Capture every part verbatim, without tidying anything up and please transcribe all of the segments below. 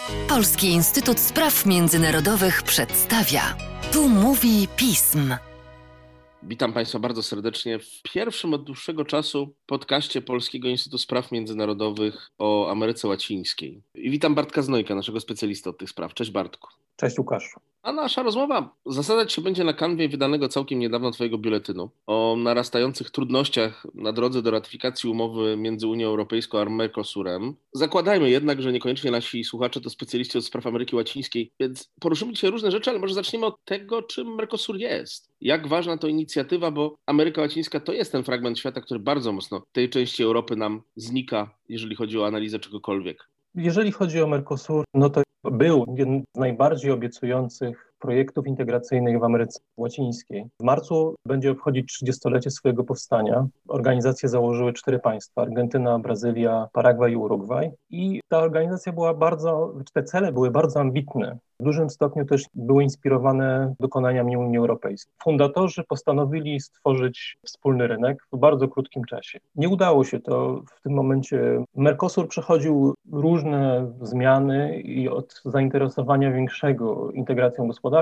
Polski Instytut Spraw Międzynarodowych przedstawia. Tu mówi pism. Witam Państwa bardzo serdecznie w pierwszym od dłuższego czasu podcaście Polskiego Instytutu Spraw Międzynarodowych o Ameryce Łacińskiej. I witam Bartka Znojka, naszego specjalisty od tych spraw. Cześć Bartku. Cześć Łukaszu. A nasza rozmowa zasadzać się będzie na kanwie wydanego całkiem niedawno Twojego biuletynu o narastających trudnościach na drodze do ratyfikacji umowy między Unią Europejską a Mercosurem. Zakładajmy jednak, że niekoniecznie nasi słuchacze to specjaliści od spraw Ameryki Łacińskiej, więc poruszymy dzisiaj różne rzeczy, ale może zaczniemy od tego, czym Mercosur jest. Jak ważna to inicjatywa, bo Ameryka Łacińska to jest ten fragment świata, który bardzo mocno w tej części Europy nam znika, jeżeli chodzi o analizę czegokolwiek. Jeżeli chodzi o Mercosur, no to był jeden z najbardziej obiecujących projektów integracyjnych w Ameryce Łacińskiej. W marcu będzie obchodzić trzydziestolecie swojego powstania. Organizację założyły cztery państwa: Argentyna, Brazylia, Paragwaj i Urugwaj. I ta organizacja była bardzo, te cele były bardzo ambitne. W dużym stopniu też były inspirowane dokonaniami Unii Europejskiej. Fundatorzy postanowili stworzyć wspólny rynek w bardzo krótkim czasie. Nie udało się to w tym momencie. Mercosur przechodził różne zmiany i od zainteresowania większego integracją gospodarczą,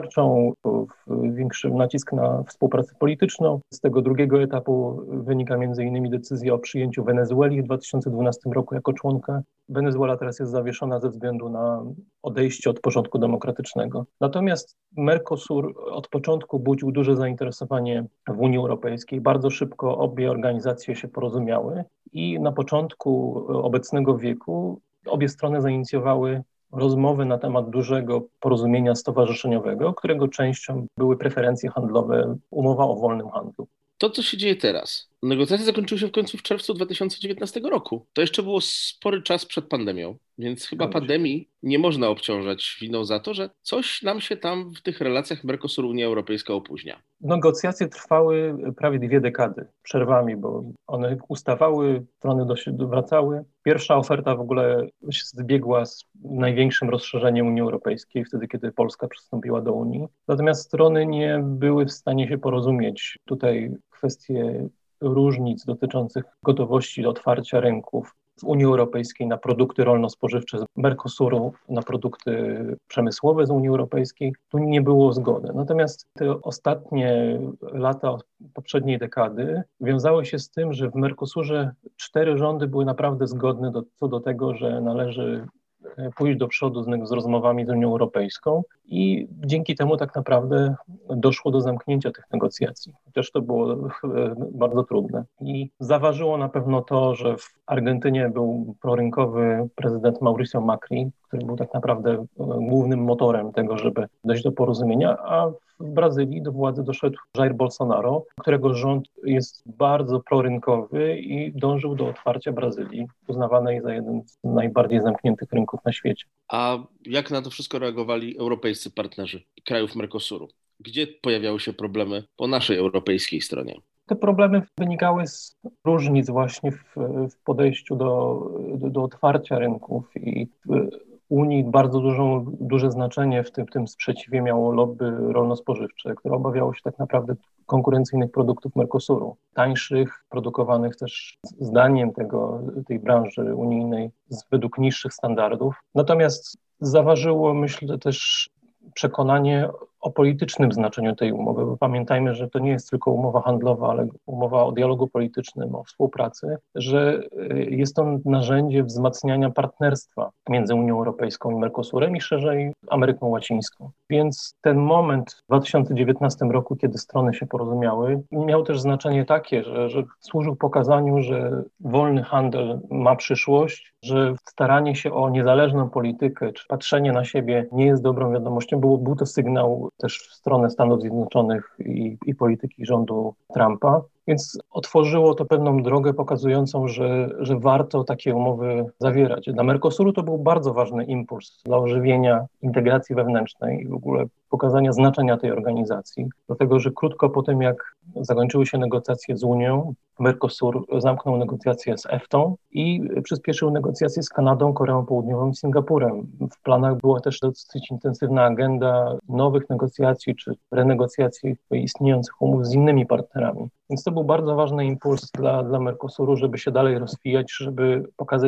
większy nacisk na współpracę polityczną. Z tego drugiego etapu wynika między innymi decyzja o przyjęciu Wenezueli w dwa tysiące dwunastym roku jako członka. Wenezuela teraz jest zawieszona ze względu na odejście od porządku demokratycznego. Natomiast Mercosur od początku budził duże zainteresowanie w Unii Europejskiej. Bardzo szybko obie organizacje się porozumiały i na początku obecnego wieku obie strony zainicjowały rozmowy na temat dużego porozumienia stowarzyszeniowego, którego częścią były preferencje handlowe, umowa o wolnym handlu. To, co się dzieje teraz, negocjacje zakończyły się w końcu w czerwcu dwa tysiące dziewiętnastego roku. To jeszcze było spory czas przed pandemią, więc chyba pandemii nie można obciążać winą za to, że coś nam się tam w tych relacjach Mercosur-Unia Europejska opóźnia. Negocjacje trwały prawie dwie dekady przerwami, bo one ustawały, strony do siebie wracały. Pierwsza oferta w ogóle się zbiegła z największym rozszerzeniem Unii Europejskiej, wtedy kiedy Polska przystąpiła do Unii. Natomiast strony nie były w stanie się porozumieć. Tutaj kwestie różnic dotyczących gotowości do otwarcia rynków w Unii Europejskiej na produkty rolno-spożywcze z Mercosuru, na produkty przemysłowe z Unii Europejskiej, tu nie było zgody. Natomiast te ostatnie lata poprzedniej dekady wiązały się z tym, że w Mercosurze cztery rządy były naprawdę zgodne do, co do tego, że należy pójść do przodu z, z rozmowami z Unią Europejską i dzięki temu tak naprawdę doszło do zamknięcia tych negocjacji. Chociaż to było bardzo trudne. I zaważyło na pewno to, że w Argentynie był prorynkowy prezydent Mauricio Macri, który był tak naprawdę głównym motorem tego, żeby dojść do porozumienia, a w Brazylii do władzy doszedł Jair Bolsonaro, którego rząd jest bardzo prorynkowy i dążył do otwarcia Brazylii, uznawanej za jeden z najbardziej zamkniętych rynków na świecie. A jak na to wszystko reagowali europejscy partnerzy krajów Mercosuru? Gdzie pojawiały się problemy po naszej europejskiej stronie? Te problemy wynikały z różnic właśnie w, w podejściu do, do, do otwarcia rynków i w Unii bardzo dużą, duże znaczenie w tym, w tym sprzeciwie miało lobby rolno-spożywcze, które obawiało się tak naprawdę konkurencyjnych produktów Mercosuru, tańszych, produkowanych też zdaniem tego, tej branży unijnej z według niższych standardów. Natomiast zaważyło, myślę, też przekonanie o politycznym znaczeniu tej umowy, bo pamiętajmy, że to nie jest tylko umowa handlowa, ale umowa o dialogu politycznym, o współpracy, że jest to narzędzie wzmacniania partnerstwa między Unią Europejską i Mercosurem i szerzej Ameryką Łacińską. Więc ten moment w dwa tysiące dziewiętnastym roku, kiedy strony się porozumiały, miał też znaczenie takie, że, że służył pokazaniu, że wolny handel ma przyszłość, że staranie się o niezależną politykę, czy patrzenie na siebie nie jest dobrą wiadomością. Był, był to sygnał też w stronę Stanów Zjednoczonych i, i polityki rządu Trumpa. Więc otworzyło to pewną drogę pokazującą, że, że warto takie umowy zawierać. Dla Mercosuru to był bardzo ważny impuls dla ożywienia integracji wewnętrznej i w ogóle pokazania znaczenia tej organizacji. Dlatego, że krótko po tym, jak zakończyły się negocjacje z Unią, Mercosur zamknął negocjacje z EFTA i przyspieszył negocjacje z Kanadą, Koreą Południową i Singapurem. W planach była też dosyć intensywna agenda nowych negocjacji czy renegocjacji istniejących umów z innymi partnerami. Więc to był bardzo ważny impuls dla, dla Mercosuru, żeby się dalej rozwijać, żeby pokazać, że,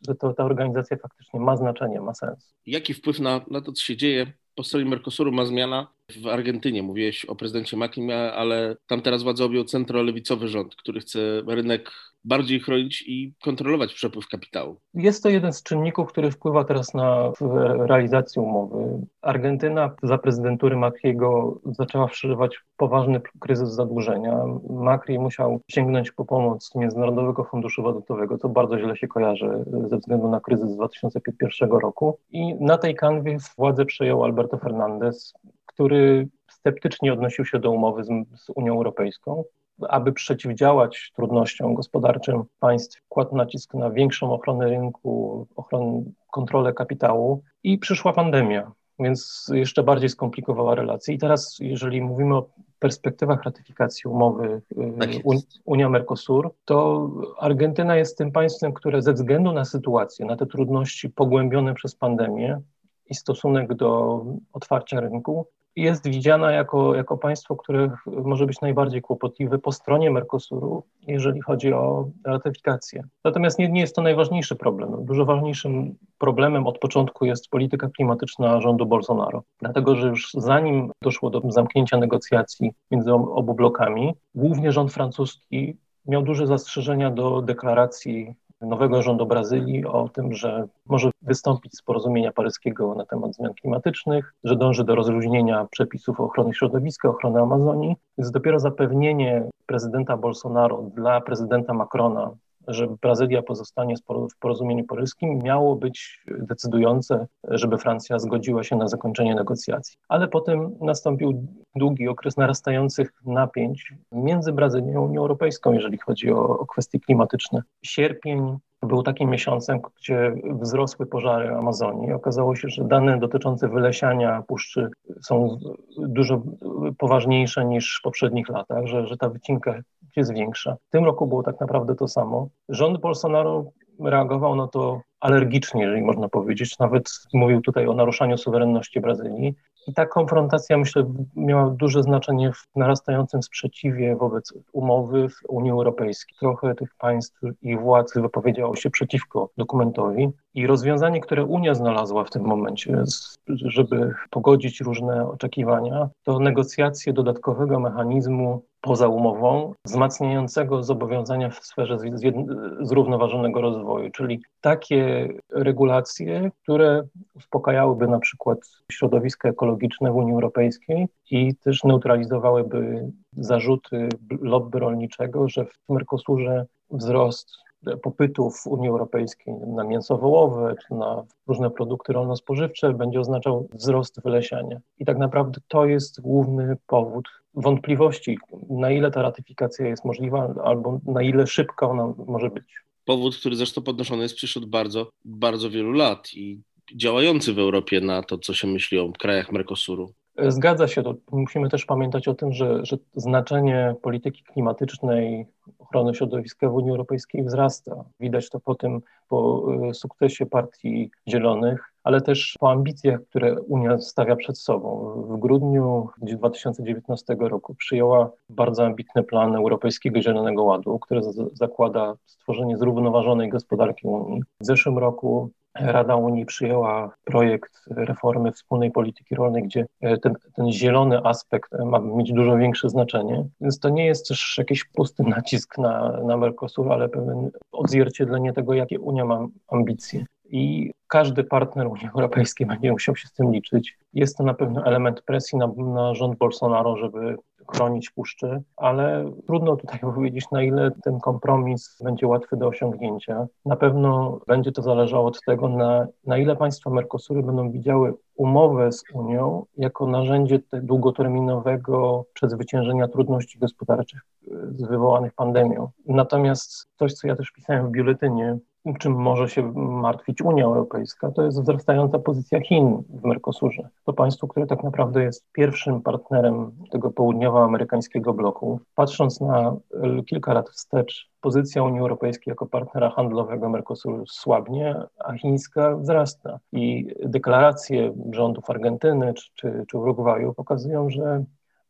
że to, ta organizacja faktycznie ma znaczenie, ma sens. Jaki wpływ na, na to, co się dzieje po stronie Mercosuru ma zmiana w Argentynie? Mówiłeś o prezydencie Macri, ale tam teraz władzę objął centrolewicowy rząd, który chce rynek bardziej chronić i kontrolować przepływ kapitału. Jest to jeden z czynników, który wpływa teraz na realizację umowy. Argentyna za prezydentury Macriego zaczęła przeżywać poważny kryzys zadłużenia. Macri musiał sięgnąć po pomoc Międzynarodowego Funduszu Walutowego, co bardzo źle się kojarzy ze względu na kryzys z dwa tysiące pierwszego roku. I na tej kanwie władzę przejął Alberto Fernandez, który sceptycznie odnosił się do umowy z, z Unią Europejską. Aby przeciwdziałać trudnościom gospodarczym państw, kładł nacisk na większą ochronę rynku, ochronę, kontrolę kapitału i przyszła pandemia, więc jeszcze bardziej skomplikowała relacje. I teraz, jeżeli mówimy o perspektywach ratyfikacji umowy tak Unia-Mercosur, to Argentyna jest tym państwem, które ze względu na sytuację, na te trudności pogłębione przez pandemię i stosunek do otwarcia rynku, jest widziana jako, jako państwo, które może być najbardziej kłopotliwe po stronie Mercosuru, jeżeli chodzi o ratyfikację. Natomiast nie, nie jest to najważniejszy problem. Dużo ważniejszym problemem od początku jest polityka klimatyczna rządu Bolsonaro. Dlatego, że już zanim doszło do zamknięcia negocjacji między obu blokami, głównie rząd francuski miał duże zastrzeżenia do deklaracji nowego rządu Brazylii o tym, że może wystąpić z porozumienia paryskiego na temat zmian klimatycznych, że dąży do rozluźnienia przepisów ochrony środowiska, ochrony Amazonii. Więc dopiero zapewnienie prezydenta Bolsonaro dla prezydenta Macrona, że Brazylia pozostanie w porozumieniu paryskim, miało być decydujące, żeby Francja zgodziła się na zakończenie negocjacji. Ale potem nastąpił długi okres narastających napięć między Brazylią a Unią Europejską, jeżeli chodzi o, o kwestie klimatyczne. Sierpień był takim miesiącem, gdzie wzrosły pożary Amazonii. Okazało się, że dane dotyczące wylesiania puszczy są dużo poważniejsze niż w poprzednich latach, że, że ta wycinka jest większa. W tym roku było tak naprawdę to samo. Rząd Bolsonaro reagował na to alergicznie, jeżeli można powiedzieć. Nawet mówił tutaj o naruszaniu suwerenności Brazylii. I ta konfrontacja, myślę, miała duże znaczenie w narastającym sprzeciwie wobec umowy w Unii Europejskiej. Trochę tych państw i władz wypowiedziało się przeciwko dokumentowi. I rozwiązanie, które Unia znalazła w tym momencie, żeby pogodzić różne oczekiwania, to negocjacje dodatkowego mechanizmu poza umową, wzmacniającego zobowiązania w sferze zrównoważonego rozwoju, czyli takie regulacje, które uspokajałyby na przykład środowisko ekologiczne w Unii Europejskiej i też neutralizowałyby zarzuty lobby rolniczego, że w Mercosurze wzrost popytu w Unii Europejskiej na mięso wołowe czy na różne produkty rolno-spożywcze będzie oznaczał wzrost wylesiania. I tak naprawdę to jest główny powód wątpliwości, na ile ta ratyfikacja jest możliwa albo na ile szybko ona może być. Powód, który zresztą podnoszony jest przecież od bardzo, bardzo wielu lat i działający w Europie na to, co się myśli o krajach Mercosuru. Zgadza się, to musimy też pamiętać o tym, że, że znaczenie polityki klimatycznej, ochrony środowiska w Unii Europejskiej wzrasta. Widać to po tym, po sukcesie Partii Zielonych, ale też po ambicjach, które Unia stawia przed sobą. W grudniu dwa tysiące dziewiętnastego roku przyjęła bardzo ambitny plan Europejskiego Zielonego Ładu, który z- zakłada stworzenie zrównoważonej gospodarki Unii. W zeszłym roku Rada Unii przyjęła projekt reformy wspólnej polityki rolnej, gdzie ten, ten zielony aspekt ma mieć dużo większe znaczenie. Więc to nie jest też jakiś pusty nacisk na, na Mercosur, ale pewien odzwierciedlenie tego, jakie Unia ma ambicje. I każdy partner Unii Europejskiej będzie musiał się z tym liczyć. Jest to na pewno element presji na, na rząd Bolsonaro, żeby chronić puszczy, ale trudno tutaj powiedzieć, na ile ten kompromis będzie łatwy do osiągnięcia. Na pewno będzie to zależało od tego, na, na ile państwa Mercosuru będą widziały umowę z Unią jako narzędzie długoterminowego przezwyciężenia trudności gospodarczych wywołanych pandemią. Natomiast coś, co ja też pisałem w biuletynie, czym może się martwić Unia Europejska, to jest wzrastająca pozycja Chin w Mercosurze. To państwo, które tak naprawdę jest pierwszym partnerem tego południowoamerykańskiego bloku. Patrząc na kilka lat wstecz, pozycja Unii Europejskiej jako partnera handlowego Mercosuru słabnie, a chińska wzrasta. I deklaracje rządów Argentyny czy, czy, czy Urugwaju pokazują, że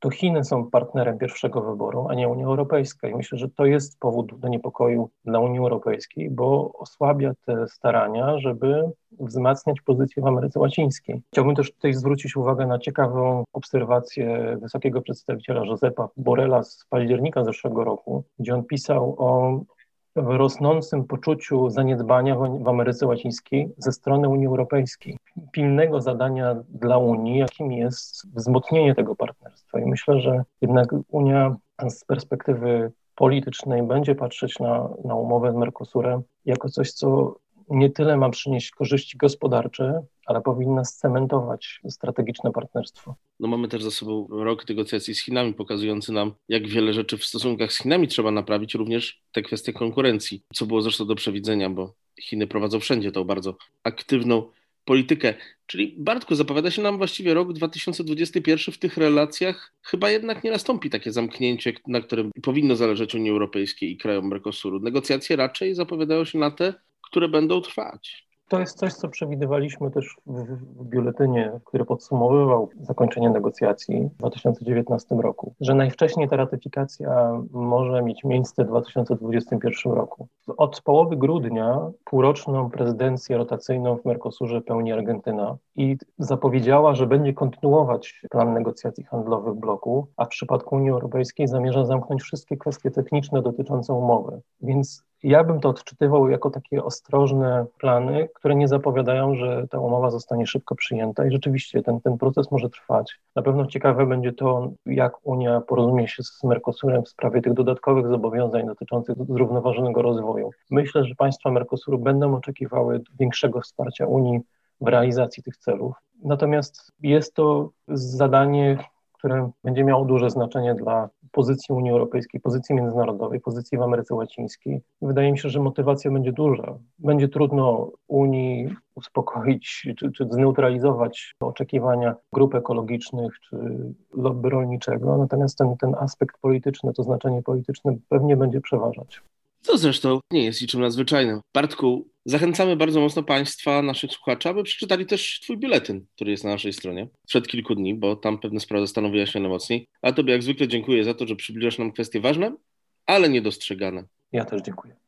to Chiny są partnerem pierwszego wyboru, a nie Unia Europejska. I myślę, że to jest powód do niepokoju dla Unii Europejskiej, bo osłabia te starania, żeby wzmacniać pozycję w Ameryce Łacińskiej. Chciałbym też tutaj zwrócić uwagę na ciekawą obserwację wysokiego przedstawiciela Josepa Borrella z października zeszłego roku, gdzie on pisał o w rosnącym poczuciu zaniedbania w Ameryce Łacińskiej ze strony Unii Europejskiej. Pilnego zadania dla Unii, jakim jest wzmocnienie tego partnerstwa. I myślę, że jednak Unia z perspektywy politycznej będzie patrzeć na, na umowę z Mercosurem jako coś, co nie tyle ma przynieść korzyści gospodarcze, ale powinna scementować strategiczne partnerstwo. No mamy też za sobą rok negocjacji z Chinami, pokazujący nam, jak wiele rzeczy w stosunkach z Chinami trzeba naprawić, również te kwestie konkurencji, co było zresztą do przewidzenia, bo Chiny prowadzą wszędzie tą bardzo aktywną politykę. Czyli Bartku, zapowiada się nam właściwie rok dwa tysiące dwudziesty pierwszy w tych relacjach. Chyba jednak nie nastąpi takie zamknięcie, na którym powinno zależeć Unii Europejskiej i krajom Mercosuru. Negocjacje raczej zapowiadają się na te, które będą trwać. To jest coś, co przewidywaliśmy też w, w biuletynie, który podsumowywał zakończenie negocjacji w dwa tysiące dziewiętnastym roku, że najwcześniej ta ratyfikacja może mieć miejsce w dwa tysiące dwudziestym pierwszym roku. Od połowy grudnia półroczną prezydencję rotacyjną w Mercosurze pełni Argentyna i zapowiedziała, że będzie kontynuować plan negocjacji handlowych bloku, a w przypadku Unii Europejskiej zamierza zamknąć wszystkie kwestie techniczne dotyczące umowy. Więc ja bym to odczytywał jako takie ostrożne plany, które nie zapowiadają, że ta umowa zostanie szybko przyjęta i rzeczywiście ten, ten proces może trwać. Na pewno ciekawe będzie to, jak Unia porozumie się z Mercosurem w sprawie tych dodatkowych zobowiązań dotyczących zrównoważonego rozwoju. Myślę, że państwa Mercosuru będą oczekiwały większego wsparcia Unii w realizacji tych celów. Natomiast jest to zadanie, które będzie miało duże znaczenie dla pozycji Unii Europejskiej, pozycji międzynarodowej, pozycji w Ameryce Łacińskiej. Wydaje mi się, że motywacja będzie duża. Będzie trudno Unii uspokoić czy, czy zneutralizować oczekiwania grup ekologicznych czy lobby rolniczego, natomiast ten, ten aspekt polityczny, to znaczenie polityczne pewnie będzie przeważać. Co zresztą nie jest niczym nadzwyczajnym. Bartku, zachęcamy bardzo mocno Państwa, naszych słuchaczy, aby przeczytali też Twój biuletyn, który jest na naszej stronie sprzed kilku dni, bo tam pewne sprawy zostaną wyjaśnione mocniej. A Tobie jak zwykle dziękuję za to, że przybliżasz nam kwestie ważne, ale niedostrzegane. Ja też dziękuję.